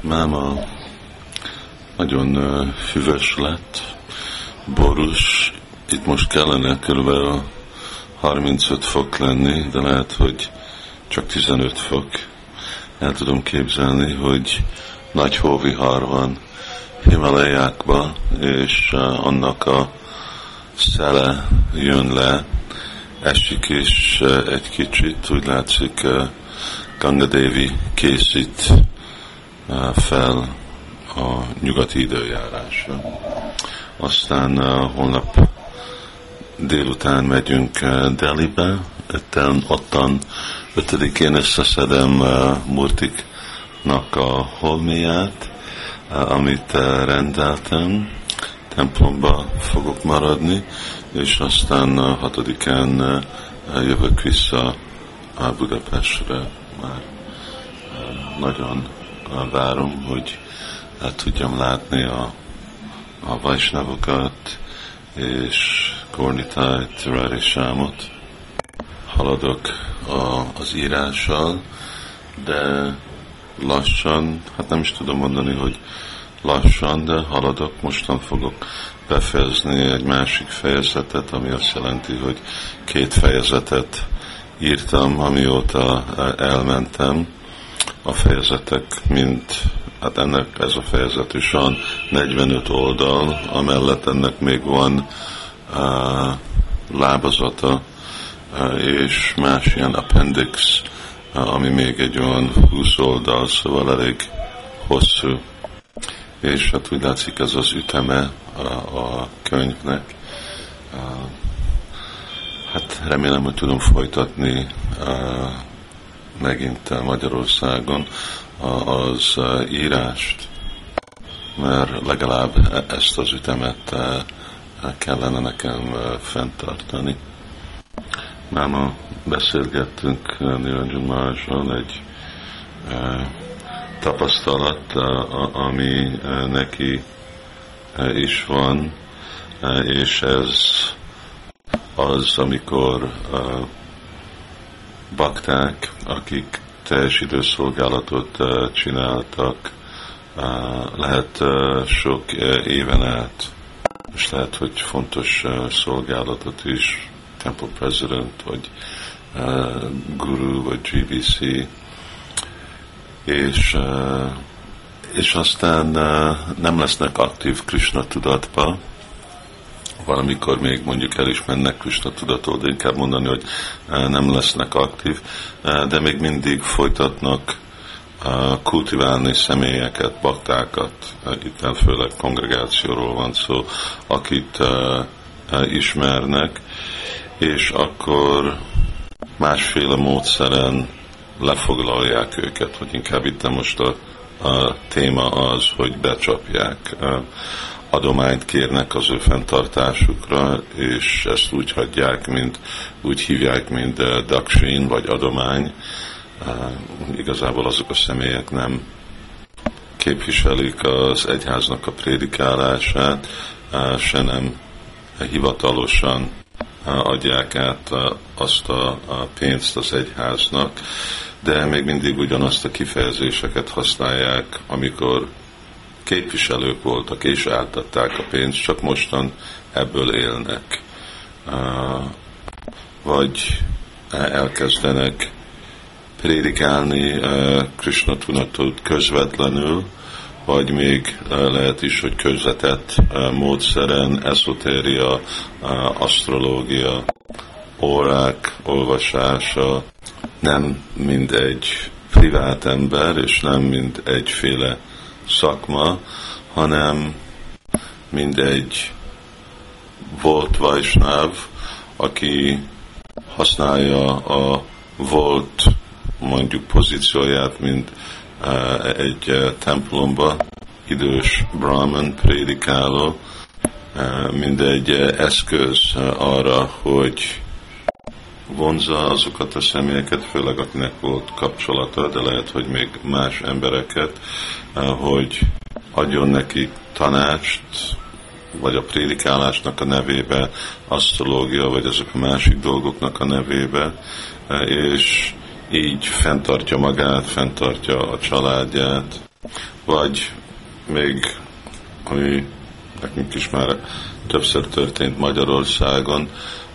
Máma nagyon hűvös lett, borús. Itt most kellene kb. 35 fok lenni, de lehet, hogy csak 15 fok. El tudom képzelni, hogy nagy hóvihar van Himalajákba, és annak a szele jön le, esik is egy kicsit, úgy látszik Ganga Devi készít fel a nyugati időjárásra. Aztán holnap délután megyünk Delhibe, ottan 5-én összeszedem Murtiknak a holmiát, amit rendeltem, templomba fogok maradni, és aztán 6-án jövök vissza Budapestre. Már nagyon várom, hogy tudjam látni a Vaisnavokat és Gornitájt, Rári Sámot. Haladok az írással, de lassan, hát nem is tudom mondani, hogy lassan, de haladok. Mostan fogok befejezni egy másik fejezetet, ami azt jelenti, hogy 2 fejezetet írtam, amióta elmentem. A fejezetek mind, hát ez a fejezet is van 45 oldal, amellett ennek még van lábazata, és más ilyen appendix, ami még egy olyan 20 oldal, szóval elég hosszú. És hát úgy látszik, ez az üteme a könyvnek. Hát remélem, hogy tudom folytatni megint Magyarországon az írást, mert legalább ezt az ütemet kellene nekem fenntartani. Máma beszélgettünk Niranjan Maharajjal egy tapasztalat, ami neki is van, és ez az, amikor bakták, akik teljes időszolgálatot csináltak, lehet sok éven át, és lehet, hogy fontos szolgálatot is, Temple President, vagy Guru, vagy GBC, és aztán nem lesznek aktív Krishna tudatba, valamikor még mondjuk el is mennek Krishna tudatól, de inkább mondani, hogy nem lesznek aktív, de még mindig folytatnak kultiválni személyeket, baktákat, itt főleg kongregációról van szó, akit ismernek, és akkor másféle módszeren lefoglalják őket, hogy inkább itt most a téma az, hogy becsapják, adományt kérnek az ő fenntartásukra, és ezt úgy hagyják, úgy hívják, mint daksin, vagy adomány. Igazából azok a személyek nem képviselik az egyháznak a prédikálását, se nem hivatalosan adják át azt a pénzt az egyháznak, de még mindig ugyanazt a kifejezéseket használják, amikor képviselők voltak és átadták a pénzt, csak mostan ebből élnek. Vagy elkezdenek prédikálni Krishna tudatot közvetlenül, vagy még lehet is, hogy közvetett módszeren, eszotéria, asztrológia, órák olvasása, nem mind egy privát ember, és nem mind egyféle szakma, hanem mind egy volt Vaisnáv, aki használja a volt mondjuk pozícióját, mint egy templomba, idős Brahman prédikáló, mint egy eszköz arra, hogy vonzza azokat a személyeket, főleg akinek volt kapcsolata, de lehet, hogy még más embereket, hogy adjon neki tanácst, vagy a prédikálásnak a nevébe, asztrológia, vagy azok a másik dolgoknak a nevébe, és így fenntartja magát, fenntartja a családját, vagy még, ami nekünk is már többször történt Magyarországon,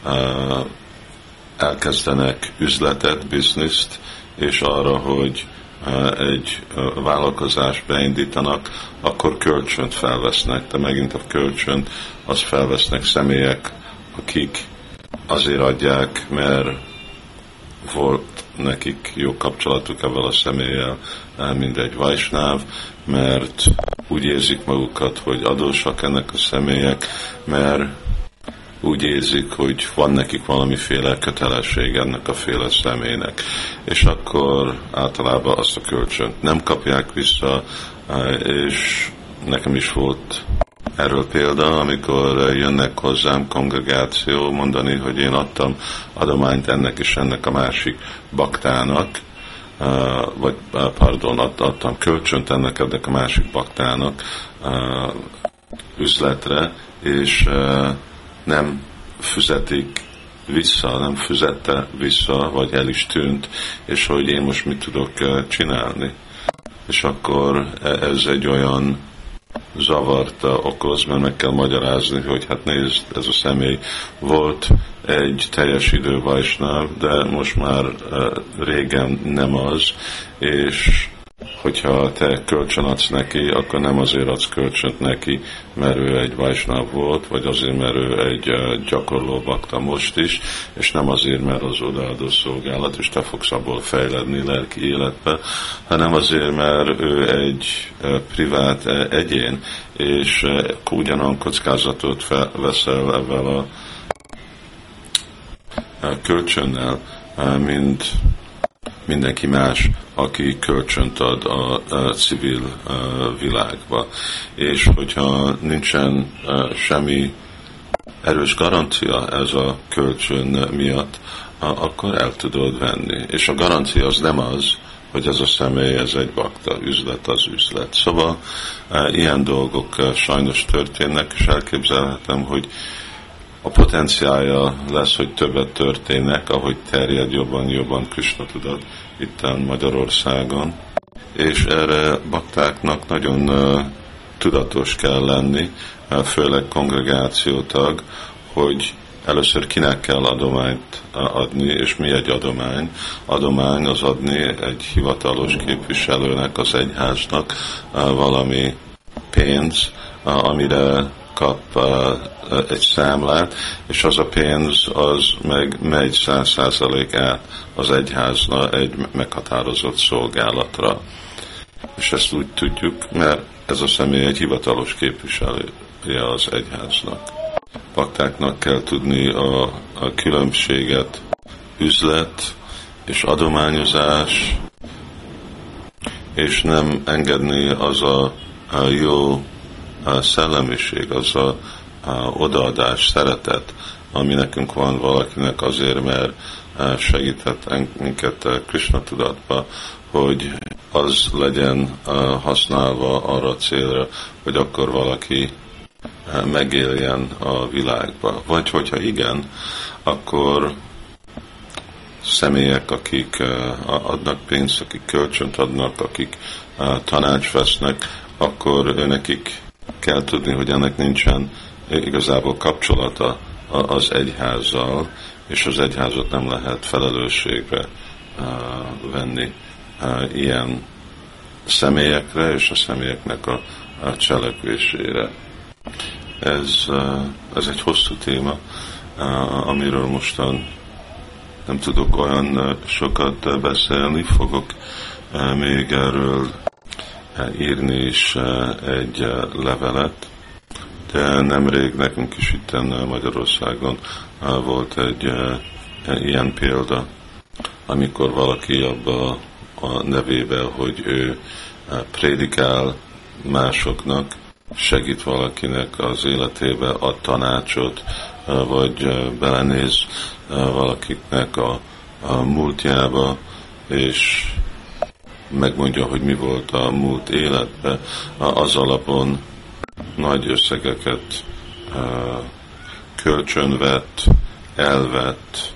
elkezdenek üzletet, bizniszt, és arra, hogy egy vállalkozást beindítanak, akkor kölcsönt felvesznek, de megint a kölcsönt azt felvesznek személyek, akik azért adják, mert volt nekik jó kapcsolatuk ebben a személlyel, mint egy vajsnáv, mert úgy érzik magukat, hogy adósak ennek a személyek, mert úgy érzik, hogy van nekik valamiféle kötelesség ennek a féle személynek, és akkor általában azt a kölcsönt nem kapják vissza, és nekem is volt erről példa, amikor jönnek hozzám kongregáció mondani, hogy én adtam adományt ennek és ennek a másik baktának, vagy pardon, adtam kölcsönt ennek a másik baktának üzletre, és nem fizetik vissza, nem fizette vissza, vagy el is tűnt, és hogy én most mit tudok csinálni. És akkor ez egy olyan zavart okoz, mert meg kell magyarázni, hogy hát nézd, ez a személy volt egy teljes idő vajsnáv, de most már régen nem az, és hogyha te kölcsön adsz neki, akkor nem azért adsz kölcsönt neki, mert ő egy vajsnáv volt, vagy azért, mert ő egy gyakorló bakta most is, és nem azért, mert az odaadó szolgálat, és te fogsz abból fejledni lelki életbe, hanem azért, mert ő egy privát egyén, és ugyanolyan kockázatot veszel ebben a kölcsönnel, mint mindenki más, aki kölcsönt ad a civil világba. És hogyha nincsen semmi erős garancia ez a kölcsön miatt, akkor el tudod venni. És a garancia az nem az, hogy ez a személy, ez egy bakta, üzlet az üzlet. Szóval ilyen dolgok sajnos történnek, és elképzelhetem, hogy a potenciálja lesz, hogy többet történnek, ahogy terjed jobban Krishna tudat itten Magyarországon. És erre baktáknak nagyon tudatos kell lenni, főleg kongregációtag, hogy először kinek kell adományt adni, és mi egy adomány. Adomány az adni egy hivatalos képviselőnek, az egyháznak valami pénz, amire kap egy számlát, és az a pénz az meg megy 100% át az egyházna egy meghatározott szolgálatra. És ezt úgy tudjuk, mert ez a személy egy hivatalos képviselője az egyháznak. Baktáknak kell tudni a különbséget üzlet és adományozás, és nem engedni az a jó szellemiség, az a odaadás, szeretet, ami nekünk van valakinek azért, mert segített minket Krishna tudatba, hogy az legyen használva arra a célra, hogy akkor valaki megéljen a világba. Vagy hogyha igen, akkor személyek, akik adnak pénzt, akik kölcsönt adnak, akik tanács vesznek, akkor nekik kell tudni, hogy ennek nincsen igazából kapcsolata az egyházzal, és az egyházat nem lehet felelősségre venni ilyen személyekre és a személyeknek a cselekvésére. Ez egy hosszú téma, amiről mostan nem tudok olyan sokat beszélni, fogok még erről írni is egy levelet, de nemrég nekünk is itt Magyarországon volt egy ilyen példa, amikor valaki abba a nevébe, hogy ő prédikál másoknak, segít valakinek az életébe, ad tanácsot, vagy belenéz valakiknek a múltjába, és megmondja, hogy mi volt a múlt életben, az alapon nagy összegeket kölcsönvett, elvett,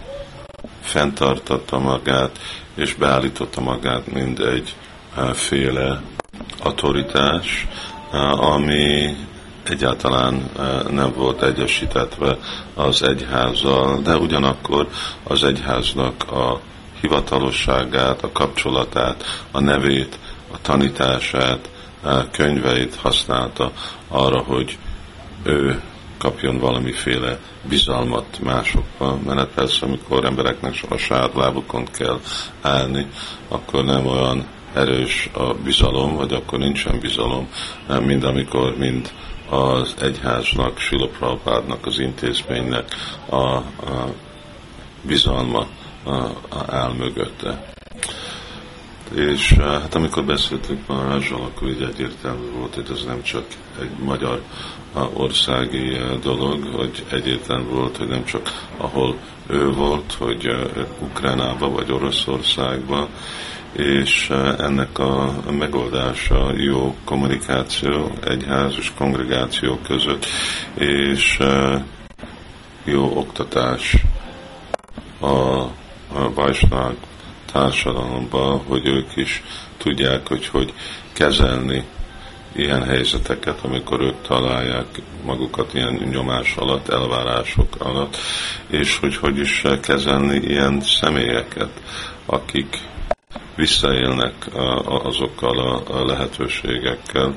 fenntartotta magát, és beállította magát, mint egy féle autoritás, ami egyáltalán nem volt egyesítetve az egyházzal, de ugyanakkor az egyháznak a hivatalosságát, a kapcsolatát, a nevét, a tanítását, a könyveit használta arra, hogy ő kapjon valamiféle bizalmat másokba, mert persze, amikor embereknek a saját lábukon kell állni, akkor nem olyan erős a bizalom, vagy akkor nincsen bizalom, mint amikor mind az egyháznak, Srila Prabhupádnak, az intézménynek a bizalma áll mögötte. És hát amikor beszéltünk Maharajjal, akkor így egyértelmű volt, hogy ez nem csak egy magyar országi dolog, hogy egyértelmű volt, hogy nem csak ahol ő volt, hogy Ukránában vagy Oroszországban, és ennek a megoldása jó kommunikáció egyház és kongregáció között, és jó oktatás a Vajsnáv társadalomban, hogy ők is tudják, hogy kezelni ilyen helyzeteket, amikor ők találják magukat ilyen nyomás alatt, elvárások alatt, és hogy is kezelni ilyen személyeket, akik visszaélnek azokkal a lehetőségekkel,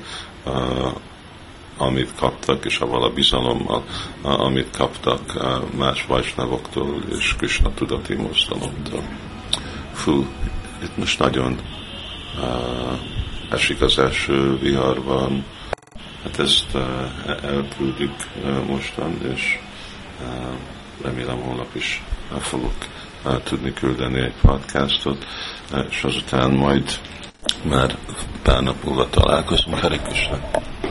amit kaptak, és avval a bizalommal, amit kaptak más vajsnavoktól és Krishna tudati mozdalomtól. Fú, itt most nagyon esik az első viharban, hát ezt elküldjük mostan, és remélem holnap is fogok tudni küldeni egy podcastot, és azután majd már pár nap múlva találkozunk. Hare Krishna!